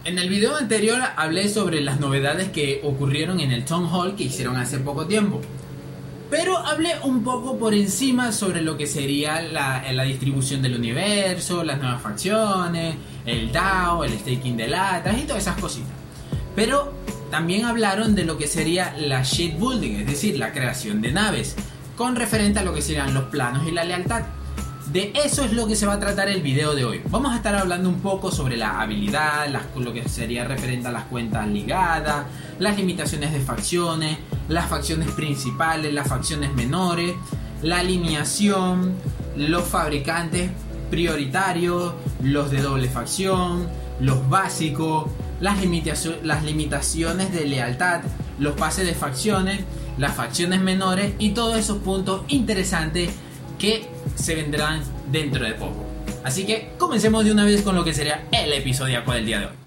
En el video anterior hablé sobre las novedades que ocurrieron en el Town Hall que hicieron hace poco tiempo. Pero hablé un poco por encima sobre lo que sería la distribución del universo, las nuevas facciones, el DAO, el staking de latas y todas esas cositas. Pero también hablaron de lo que sería la shipbuilding, es decir, la creación de naves, con referente a lo que serían los planos y la lealtad. De eso es lo que se va a tratar el video de hoy. Vamos a estar hablando un poco sobre la habilidad, lo que sería referente a las cuentas ligadas, las limitaciones de facciones, las facciones principales, las facciones menores, la alineación, los fabricantes prioritarios, los de doble facción, los básicos, las limitaciones de lealtad, los pases de facciones, las facciones menores y todos esos puntos interesantes que se vendrán dentro de poco. Así que comencemos de una vez con lo que sería el episodio del día de hoy.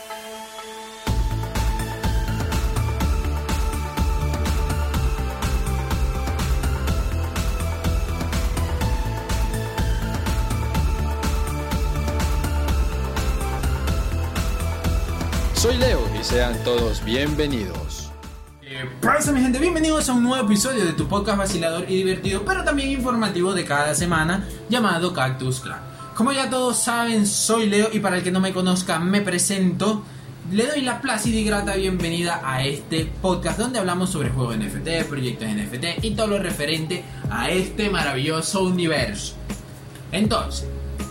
Soy Leo y sean todos bienvenidos. Pasa mi gente, bienvenidos a un nuevo episodio de tu podcast vacilador y divertido, pero también informativo de cada semana, llamado Cactus Clan. Como ya todos saben, soy Leo y para el que no me conozca me presento. Le doy la plácida y grata bienvenida a este podcast donde hablamos sobre juegos NFT, proyectos NFT y todo lo referente a este maravilloso universo. Entonces,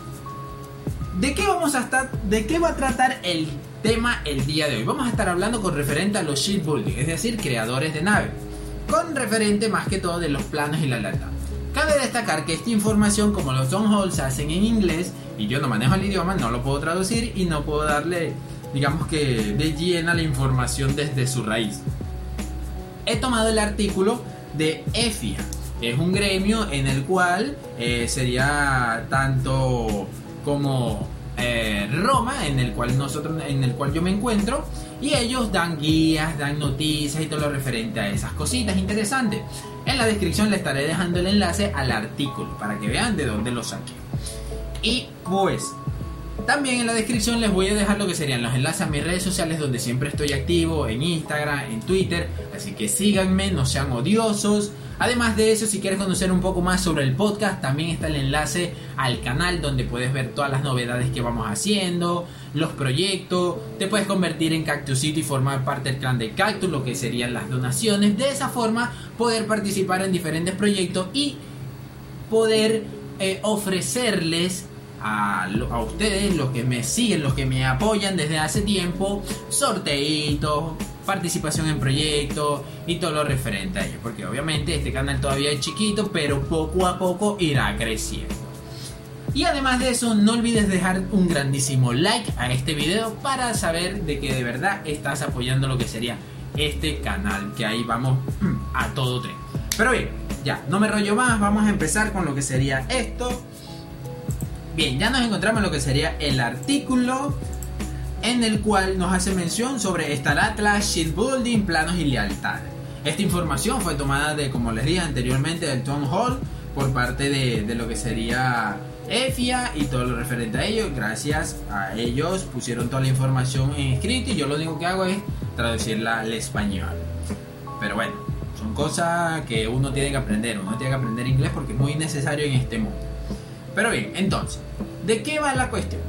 ¿de qué va a tratar el tema el día de hoy? Vamos a estar hablando con referente a los shipbuilding, es decir, creadores de nave, con referente más que todo de los planos y la lealtad. Cabe destacar que esta información, como los Town Hall se hacen en inglés y yo no manejo el idioma, no lo puedo traducir y no puedo darle, digamos que de llena la información desde su raíz. He tomado el artículo de EFIA, es un gremio en el cual sería tanto como Roma, en el cual yo me encuentro, y ellos dan guías, dan noticias y todo lo referente a esas cositas interesantes. En la descripción les estaré dejando el enlace al artículo para que vean de dónde lo saqué. Y pues también en la descripción les voy a dejar lo que serían los enlaces a mis redes sociales donde siempre estoy activo, en Instagram, en Twitter, así que síganme, no sean odiosos. Además de eso, si quieres conocer un poco más sobre el podcast, también está el enlace al canal donde puedes ver todas las novedades que vamos haciendo, los proyectos, te puedes convertir en Cactusito y formar parte del clan de Cactus, lo que serían las donaciones. De esa forma poder participar en diferentes proyectos y poder ofrecerles a ustedes, los que me siguen, los que me apoyan desde hace tiempo, sorteitos, participación en proyectos y todo lo referente a ello, porque obviamente este canal todavía es chiquito, pero poco a poco irá creciendo. Y además de eso, no olvides dejar un grandísimo like a este video para saber de que de verdad estás apoyando lo que sería este canal, que ahí vamos a todo tren. Pero bien, ya, no me rollo más, vamos a empezar con lo que sería esto. Bien, ya nos encontramos en lo que sería el artículo, en el cual nos hace mención sobre Star Atlas, shipbuilding, planos y lealtad. Esta información fue tomada de, como les dije anteriormente, del Town Hall por parte de lo que sería EFIA y todo lo referente a ello. Gracias a ellos pusieron toda la información en escrito y yo lo único que hago es traducirla al español. Pero bueno, son cosas que uno tiene que aprender inglés porque es muy necesario en este mundo. Pero bien, entonces, ¿de qué va la cuestión?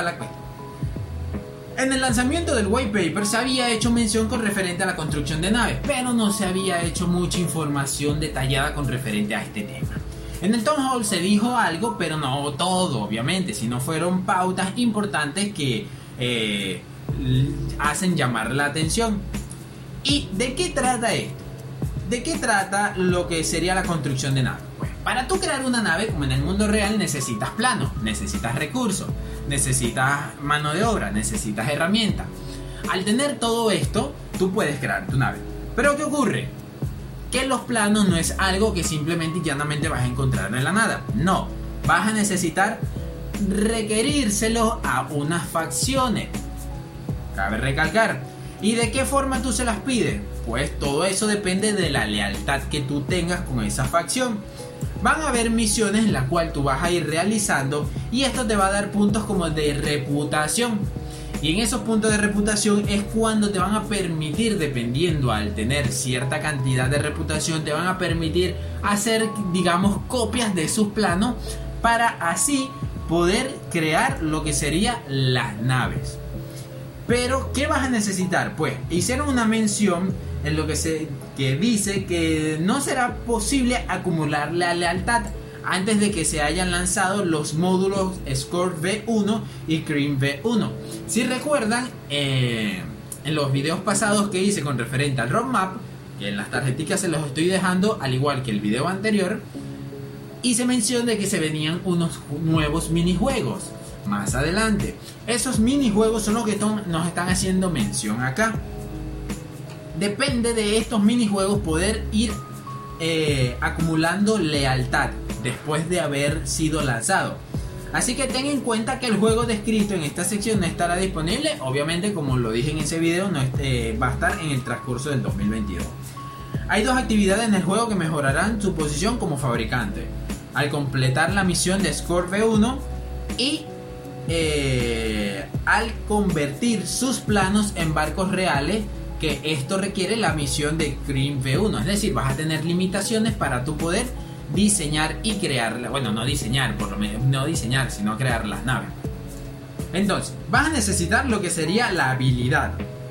En el lanzamiento del white paper se había hecho mención con referente a la construcción de naves, pero no se había hecho mucha información detallada con referente a este tema. En el Town Hall se dijo algo, pero no todo, obviamente, sino fueron pautas importantes que hacen llamar la atención. ¿Y de qué trata esto? ¿De qué trata lo que sería la construcción de naves? Pues, para tú crear una nave, como en el mundo real, necesitas planos, necesitas recursos, necesitas mano de obra, necesitas herramientas. Al tener todo esto, tú puedes crear tu nave. Pero ¿qué ocurre? Que los planos no es algo que simplemente y llanamente vas a encontrar en la nada. No, vas a necesitar requerírselo a unas facciones. Cabe recalcar. ¿Y de qué forma tú se las pides? Pues todo eso depende de la lealtad que tú tengas con esa facción. Van a haber misiones en las cuales tú vas a ir realizando y esto te va a dar puntos como de reputación. Y en esos puntos de reputación es cuando te van a permitir, dependiendo al tener cierta cantidad de reputación, te van a permitir hacer, digamos, copias de sus planos para así poder crear lo que serían las naves. Pero, ¿qué vas a necesitar? Pues hicieron una mención en lo que dice que no será posible acumular la lealtad antes de que se hayan lanzado los módulos Scorp V1 y Cream V1. Si recuerdan, en los videos pasados que hice con referente al roadmap, que en las tarjeticas se los estoy dejando, al igual que el video anterior, hice mención de que se venían unos nuevos minijuegos más adelante. Esos minijuegos son los que nos están haciendo mención acá. Depende de estos minijuegos poder ir acumulando lealtad después de haber sido lanzado. Así que ten en cuenta que el juego descrito en esta sección no estará disponible. Obviamente, como lo dije en ese video, no va a estar en el transcurso del 2022. Hay dos actividades en el juego que mejorarán su posición como fabricante al completar la misión de Scorp V1 y al convertir sus planos en barcos reales, que esto requiere la misión de Cream V1. Es decir, vas a tener limitaciones para tu poder diseñar y crear, bueno, no diseñar, por lo menos no diseñar, sino crear las naves. Entonces, vas a necesitar lo que sería la habilidad.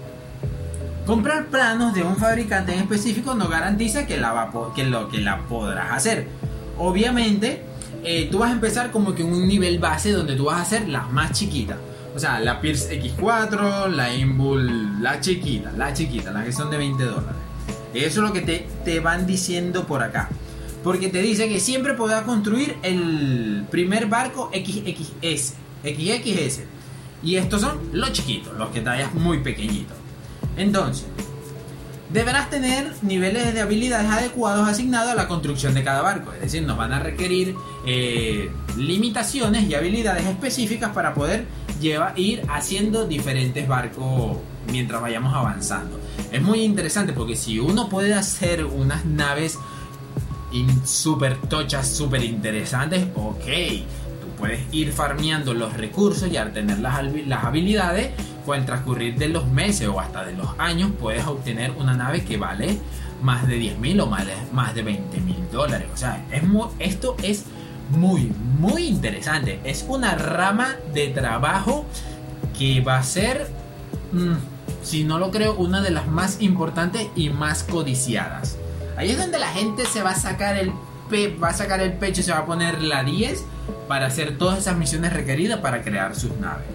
Comprar planos de un fabricante en específico no garantiza que la podrás hacer. Obviamente, tú vas a empezar como que en un nivel base donde tú vas a hacer las más chiquitas. O sea, la Pierce X4, la Inbull, la chiquita, las que son de $20. Eso es lo que te van diciendo por acá. Porque te dice que siempre podrás construir el primer barco XXS. Y estos son los chiquitos, los que tallas muy pequeñitos. Entonces, deberás tener niveles de habilidades adecuados asignados a la construcción de cada barco. Es decir, nos van a requerir limitaciones y habilidades específicas para poder ir haciendo diferentes barcos mientras vayamos avanzando. Es muy interesante porque si uno puede hacer unas naves súper tochas, súper interesantes, ok, tú puedes ir farmeando los recursos y al tener las habilidades, con el transcurrir de los meses o hasta de los años, puedes obtener una nave que vale más de 10.000 o más de $20.000. O sea, esto es muy, muy interesante. Es una rama de trabajo que va a ser, si no lo creo, una de las más importantes y más codiciadas. Ahí es donde la gente se va a sacar el pecho y se va a poner la 10 para hacer todas esas misiones requeridas para crear sus naves.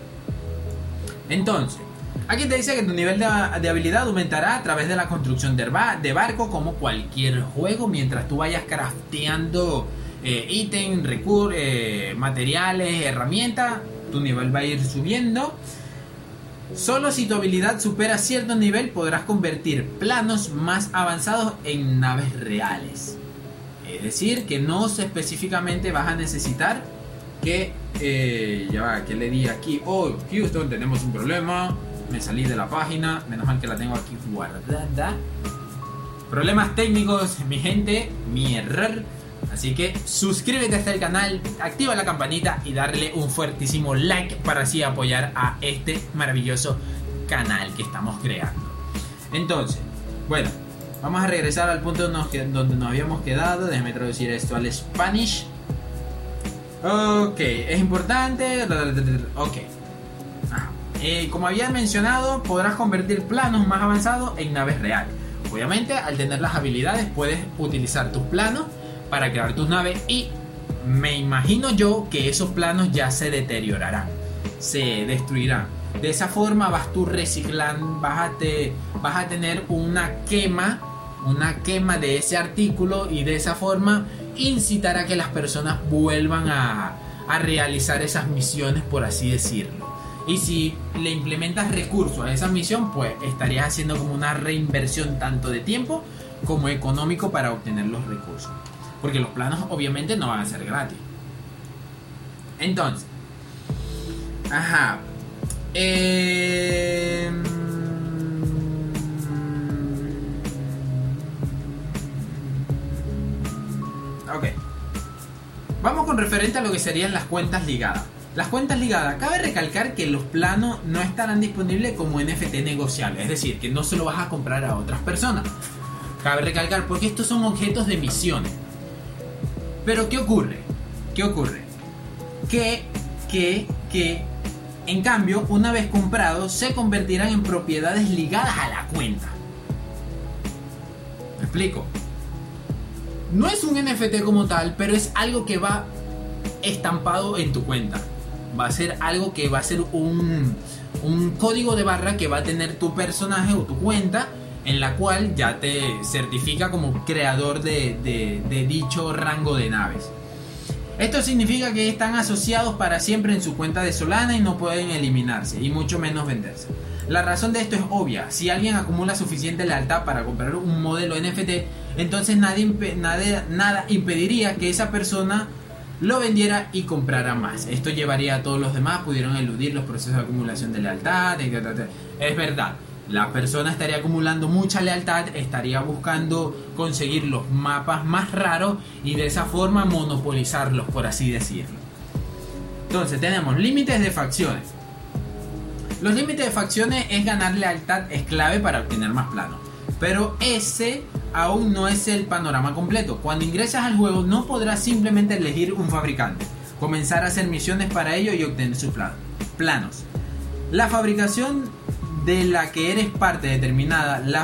Entonces, aquí te dice que tu nivel de habilidad aumentará a través de la construcción de barco, como cualquier juego, mientras tú vayas crafteando ítems, materiales, herramientas, tu nivel va a ir subiendo. Solo si tu habilidad supera cierto nivel podrás convertir planos más avanzados en naves reales. Es decir, que no específicamente vas a necesitar que... ya va, que le di aquí. Oh, Houston, tenemos un problema. Me salí de la página. Menos mal que la tengo aquí guardada. Problemas técnicos, mi gente. Mi error. Así que suscríbete a este canal, activa la campanita y darle un fuertísimo like para así apoyar a este maravilloso canal que estamos creando. Entonces, bueno, vamos a regresar al punto donde nos habíamos quedado. Déjame traducir esto al Spanish. Ok, es importante. Ok. Como había mencionado, podrás convertir planos más avanzados en naves reales. Obviamente, al tener las habilidades, puedes utilizar tus planos para crear tus naves y me imagino yo que esos planos ya se deteriorarán, se destruirán. De esa forma vas tú reciclando, vas a tener una quema de ese artículo y de esa forma incitar a que las personas vuelvan a realizar esas misiones, por así decirlo. Y si le implementas recursos a esa misión, pues estarías haciendo como una reinversión tanto de tiempo como económico para obtener los recursos. Porque los planos obviamente no van a ser gratis. Entonces, ok. Vamos con referente a lo que serían las cuentas ligadas. Las cuentas ligadas. Cabe recalcar que los planos no estarán disponibles como NFT negociable, es decir, que no se lo vas a comprar a otras personas. Cabe recalcar porque estos son objetos de misiones. Pero ¿qué ocurre? Que en cambio, una vez comprados, se convertirán en propiedades ligadas a la cuenta. ¿Me explico? No es un NFT como tal, pero es algo que va estampado en tu cuenta. Va a ser algo que va a ser un código de barra que va a tener tu personaje o tu cuenta, en la cual ya te certifica como creador de dicho rango de naves. Esto significa que están asociados para siempre en su cuenta de Solana y no pueden eliminarse, y mucho menos venderse. La razón de esto es obvia. Si alguien acumula suficiente lealtad para comprar un modelo NFT, entonces nada impediría que esa persona lo vendiera y comprara más. Esto llevaría a todos los demás pudieron eludir los procesos de acumulación de lealtad, etc. Es verdad. La persona estaría acumulando mucha lealtad, estaría buscando conseguir los mapas más raros y de esa forma monopolizarlos, por así decirlo. Entonces tenemos límites de facciones. Los límites de facciones es ganar lealtad, es clave para obtener más planos. Pero ese aún no es el panorama completo. Cuando ingresas al juego no podrás simplemente elegir un fabricante, comenzar a hacer misiones para ello y obtener sus planos. La fabricación de la que eres parte determinada, la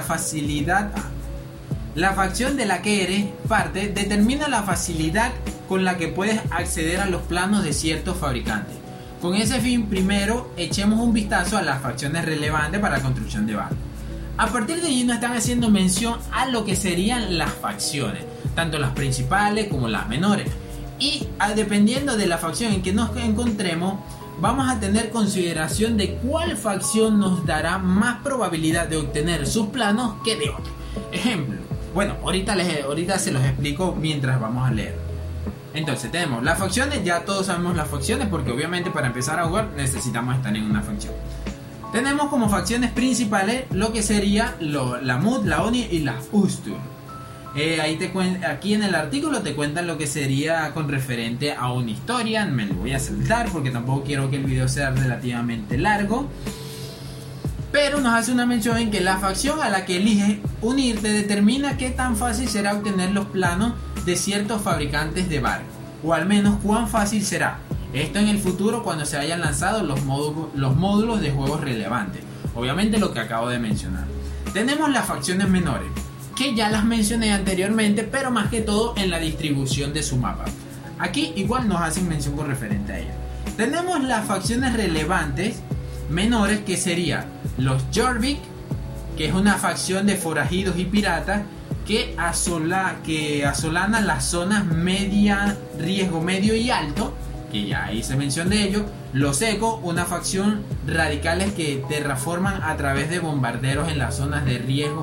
facción de la que eres parte determina la facilidad con la que puedes acceder a los planos de ciertos fabricantes. Con ese fin, primero echemos un vistazo a las facciones relevantes para la construcción de barcos. A partir de allí nos están haciendo mención a lo que serían las facciones, tanto las principales como las menores. Y dependiendo de la facción en que nos encontremos, vamos a tener consideración de cuál facción nos dará más probabilidad de obtener sus planos que de otra. Ejemplo, bueno, ahorita se los explico mientras vamos a leer. Entonces tenemos las facciones, ya todos sabemos las facciones porque obviamente para empezar a jugar necesitamos estar en una facción. Tenemos como facciones principales lo que sería la MUD, la ONI y la USTUR. Aquí en el artículo te cuentan lo que sería con referente a una historia. Me lo voy a saltar porque tampoco quiero que el video sea relativamente largo. Pero nos hace una mención en que la facción a la que eliges unirte determina qué tan fácil será obtener los planos de ciertos fabricantes de barcos, o al menos cuán fácil será. Esto en el futuro cuando se hayan lanzado los módulos de juegos relevantes. Obviamente lo que acabo de mencionar. Tenemos las facciones menores, que ya las mencioné anteriormente, pero más que todo en la distribución de su mapa. Aquí igual nos hacen mención con referente a ello. Tenemos las facciones relevantes menores, que serían los Jorvik, que es una facción de forajidos y piratas que asolana las zonas riesgo medio y alto, que ya hice mención de ello. Los Eco, una facción radicales que terraforman a través de bombarderos en las zonas de riesgo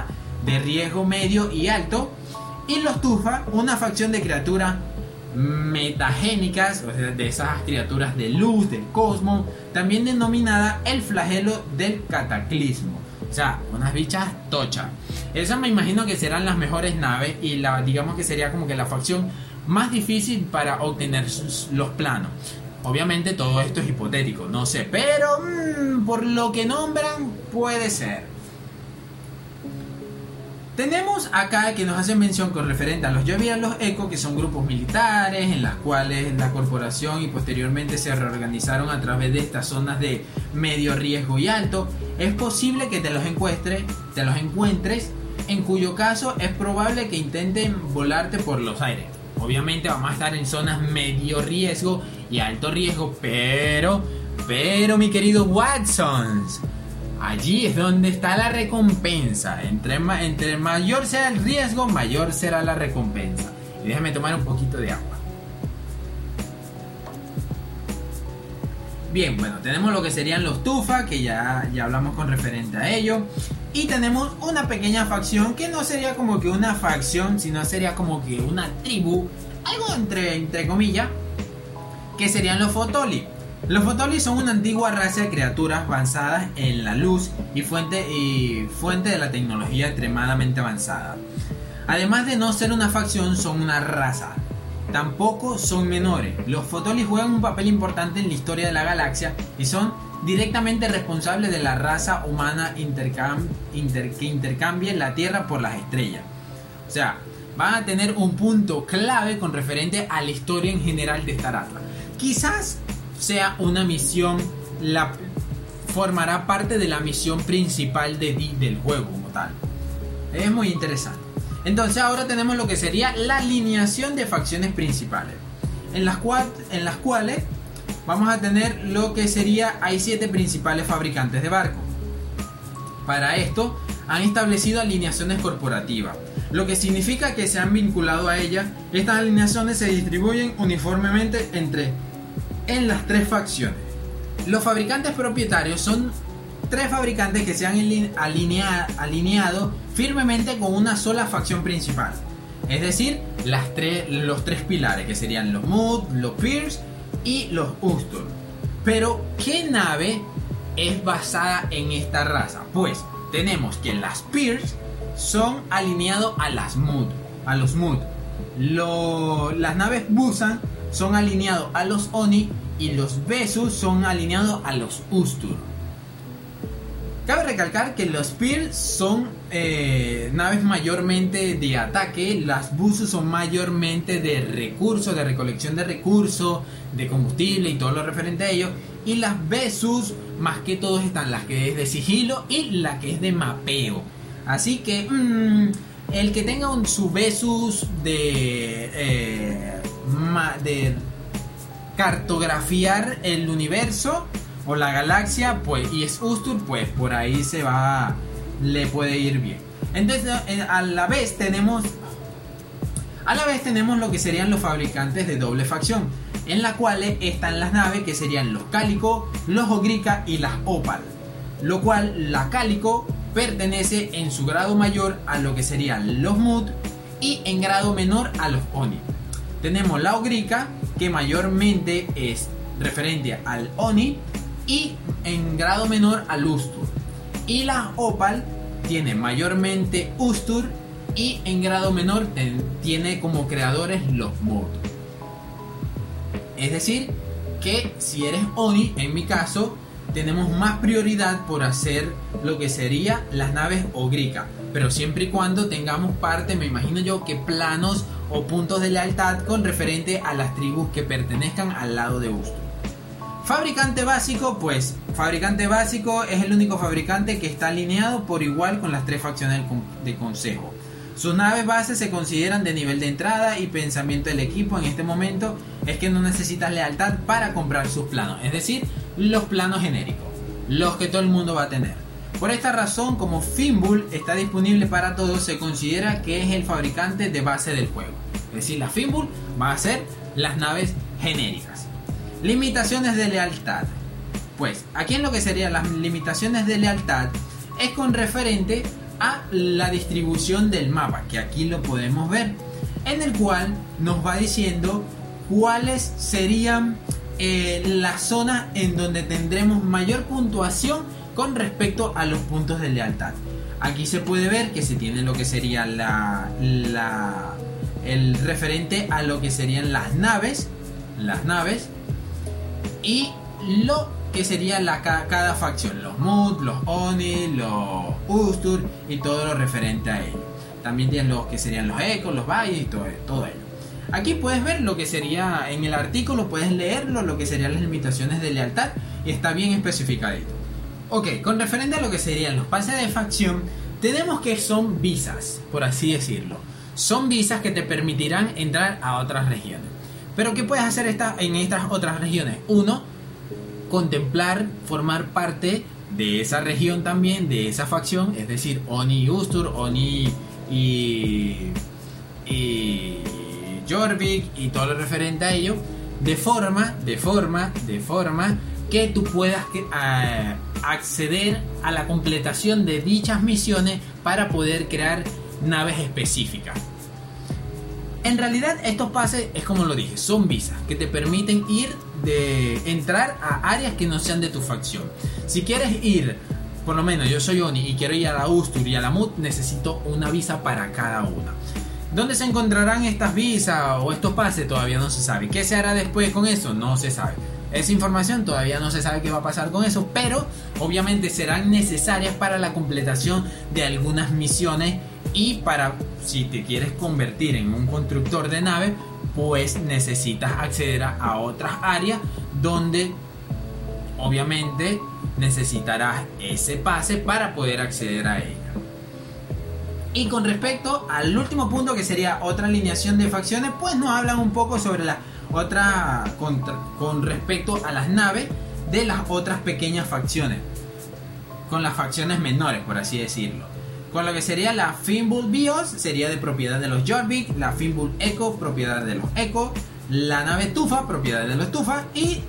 medio y alto. Y los Tufa, una facción de criaturas metagénicas, o sea, de esas criaturas de luz, del cosmos, también denominada el flagelo del cataclismo. O sea, unas bichas tochas. Esas me imagino que serán las mejores naves y digamos que sería como que la facción más difícil para obtener los planos. Obviamente todo esto es hipotético, no sé, pero por lo que nombran puede ser. Tenemos acá que nos hacen mención con referente a los Jovi y a los Eco, que son grupos militares en las cuales la corporación y posteriormente se reorganizaron a través de estas zonas de medio riesgo y alto. Es posible que te los encuentres, en cuyo caso es probable que intenten volarte por los aires. Obviamente vamos a estar en zonas medio riesgo y alto riesgo, pero mi querido Watson, allí es donde está la recompensa. Entre mayor sea el riesgo, mayor será la recompensa. Y déjame tomar un poquito de agua. Bien, bueno, tenemos lo que serían los Tufa, que ya hablamos con referente a ello. Y tenemos una pequeña facción que no sería como que una facción, sino sería como que una tribu, algo entre comillas, que serían los Fotoli. Los Fotoli son una antigua raza de criaturas avanzadas en la luz y fuente de la tecnología extremadamente avanzada. Además de no ser una facción, son una raza. tampoco son menores. Los Fotoli juegan un papel importante en la historia de la galaxia y son directamente responsables de la raza humana que intercambie la Tierra por las estrellas. O sea, van a tener un punto clave con referente a la historia en general de Star Atlas. Quizás sea una misión, formará parte de la misión principal del juego como tal. Es muy interesante. Entonces ahora tenemos lo que sería la alineación de facciones principales, en las cuales vamos a tener lo que sería, hay 7 principales fabricantes de barcos. Para esto han establecido alineaciones corporativas, lo que significa que se han vinculado a ellas. Estas alineaciones se distribuyen uniformemente en las 3 facciones. Los fabricantes propietarios son 3 fabricantes que se han alineado firmemente con una sola facción principal. Es decir, los 3 pilares, que serían los Mood, los Pierce y los Ustur. Pero, ¿qué nave es basada en esta raza? Pues tenemos que las Pierce son alineados a los Mood. Las naves Busan son alineados a los Oni y los Vesus son alineados a los Ustur. Cabe recalcar que los Pierce son naves mayormente de ataque, las Busus son mayormente de recursos, de recolección de recursos, de combustible y todo lo referente a ello, y las Vesus más que todo están las que es de sigilo y la que es de mapeo. Así que el que tenga su Vesus de cartografiar el universo o la galaxia, pues, y es Ustur, pues por ahí le puede ir bien. Entonces a la vez tenemos lo que serían los fabricantes de doble facción, en la cual están las naves que serían los Cálico, los Ogrica y las Opal, lo cual la Cálico pertenece en su grado mayor a lo que serían los Mud y en grado menor a los Oni. Tenemos la Ogrica, que mayormente es referente al Oni y en grado menor al Ustur, y la Opal tiene mayormente Ustur y en grado menor tiene como creadores los Mud. Es decir, que si eres Oni, en mi caso, tenemos más prioridad por hacer lo que sería las naves Ogrica, pero siempre y cuando tengamos parte, me imagino yo, que planos o puntos de lealtad con referente a las tribus que pertenezcan al lado de Ustur. Fabricante básico, pues fabricante básico es el único fabricante que está alineado por igual con las 3 facciones de consejo. Sus naves bases se consideran de nivel de entrada y pensamiento del equipo en este momento es que no necesitas lealtad para comprar sus planos, es decir, los planos genéricos, los que todo el mundo va a tener. Por esta razón, como Fimbul está disponible para todos, se considera que es el fabricante de base del juego. Es decir, la Fimbul va a ser las naves genéricas. Limitaciones de lealtad. Pues aquí en lo que serían las limitaciones de lealtad es con referente a la distribución del mapa, que aquí lo podemos ver, en el cual nos va diciendo cuáles serían las zonas en donde tendremos mayor puntuación con respecto a los puntos de lealtad. Aquí se puede ver que se tiene lo que sería el referente a lo que serían las naves y lo que sería cada facción, los Mud, los Oni, los Ustur y todo lo referente a ello. También tienen los que serían los Ecos, los Valles y todo ello. Aquí puedes ver lo que sería en el artículo, puedes leerlo, lo que serían las limitaciones de lealtad y está bien especificadito. Ok, con referente a lo que serían los pases de facción, tenemos que son visas, por así decirlo. Son visas que te permitirán entrar a otras regiones. Pero ¿qué puedes hacer en estas otras regiones? Uno, contemplar, formar parte de esa región también, de esa facción, es decir, Oni y Ustur, Oni y Jorvik y todo lo referente a ello, de forma que tú puedas acceder a la completación de dichas misiones para poder crear naves específicas. En realidad estos pases, es como lo dije, son visas que te permiten entrar a áreas que no sean de tu facción. Si quieres ir, por lo menos yo soy Oni y quiero ir a la Ustur y a la Mud, necesito una visa para cada una. ¿Dónde se encontrarán estas visas o estos pases? Todavía no se sabe. ¿Qué se hará después con eso? No se sabe. Esa información todavía no se sabe qué va a pasar con eso, pero obviamente serán necesarias para la completación de algunas misiones y para, si te quieres convertir en un constructor de nave, pues necesitas acceder a otras áreas donde obviamente necesitarás ese pase para poder acceder a ella. Y con respecto al último punto, que sería otra alineación de facciones, pues nos hablan un poco sobre la otra con respecto a las naves de las otras pequeñas facciones, con las facciones menores, por así decirlo. Con lo que sería la Fimbul Bios, sería de propiedad de los Jorvik, la Fimbul Echo, propiedad de los Echo, la nave Tufa, propiedad de los Tufa, y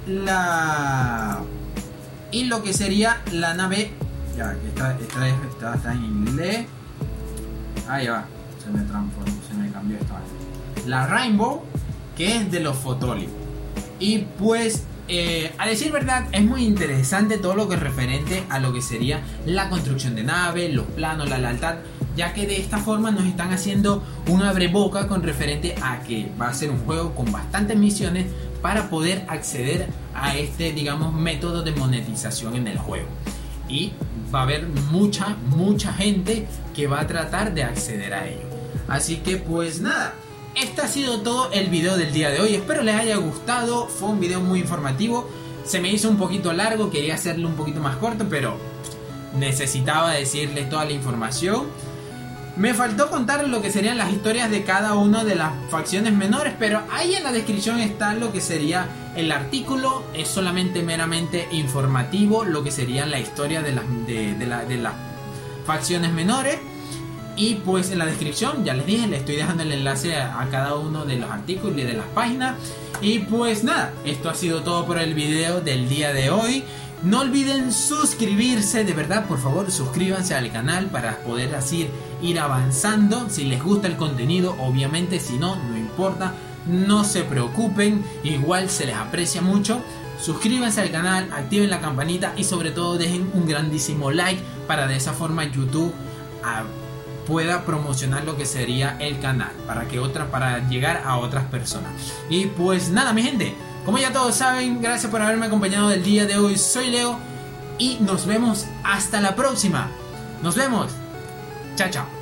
lo que sería la nave, ya está en inglés, ahí va, se me transformó, se me cambió esto, la Rainbow, que es de los Fotoli. Y pues a decir verdad, es muy interesante todo lo que es referente a lo que sería la construcción de nave, los planos, la lealtad, ya que de esta forma nos están haciendo un abreboca con referente a que va a ser un juego con bastantes misiones para poder acceder a este, digamos, método de monetización en el juego. Y va a haber mucha gente que va a tratar de acceder a ello. Así que pues nada, este ha sido todo el video del día de hoy. Espero les haya gustado. Fue un video muy informativo. Se me hizo un poquito largo, quería hacerlo un poquito más corto, pero necesitaba decirles toda la información. Me faltó contar lo que serían las historias de cada una de las facciones menores, pero ahí en la descripción está lo que sería el artículo. Es solamente meramente informativo lo que sería la historia de las facciones menores. Y pues en la descripción, ya les dije, les estoy dejando el enlace a cada uno de los artículos y de las páginas. Y pues nada, esto ha sido todo por el video del día de hoy. No olviden suscribirse, de verdad, por favor, suscríbanse al canal para poder así ir avanzando. Si les gusta el contenido, obviamente, si no, no importa, no se preocupen, igual se les aprecia mucho. Suscríbanse al canal, activen la campanita y sobre todo dejen un grandísimo like para de esa forma YouTube pueda promocionar lo que sería el canal para llegar a otras personas. Y pues nada, mi gente, como ya todos saben, gracias por haberme acompañado el día de hoy. Soy Leo y nos vemos hasta la próxima. Nos vemos. Chao, chao.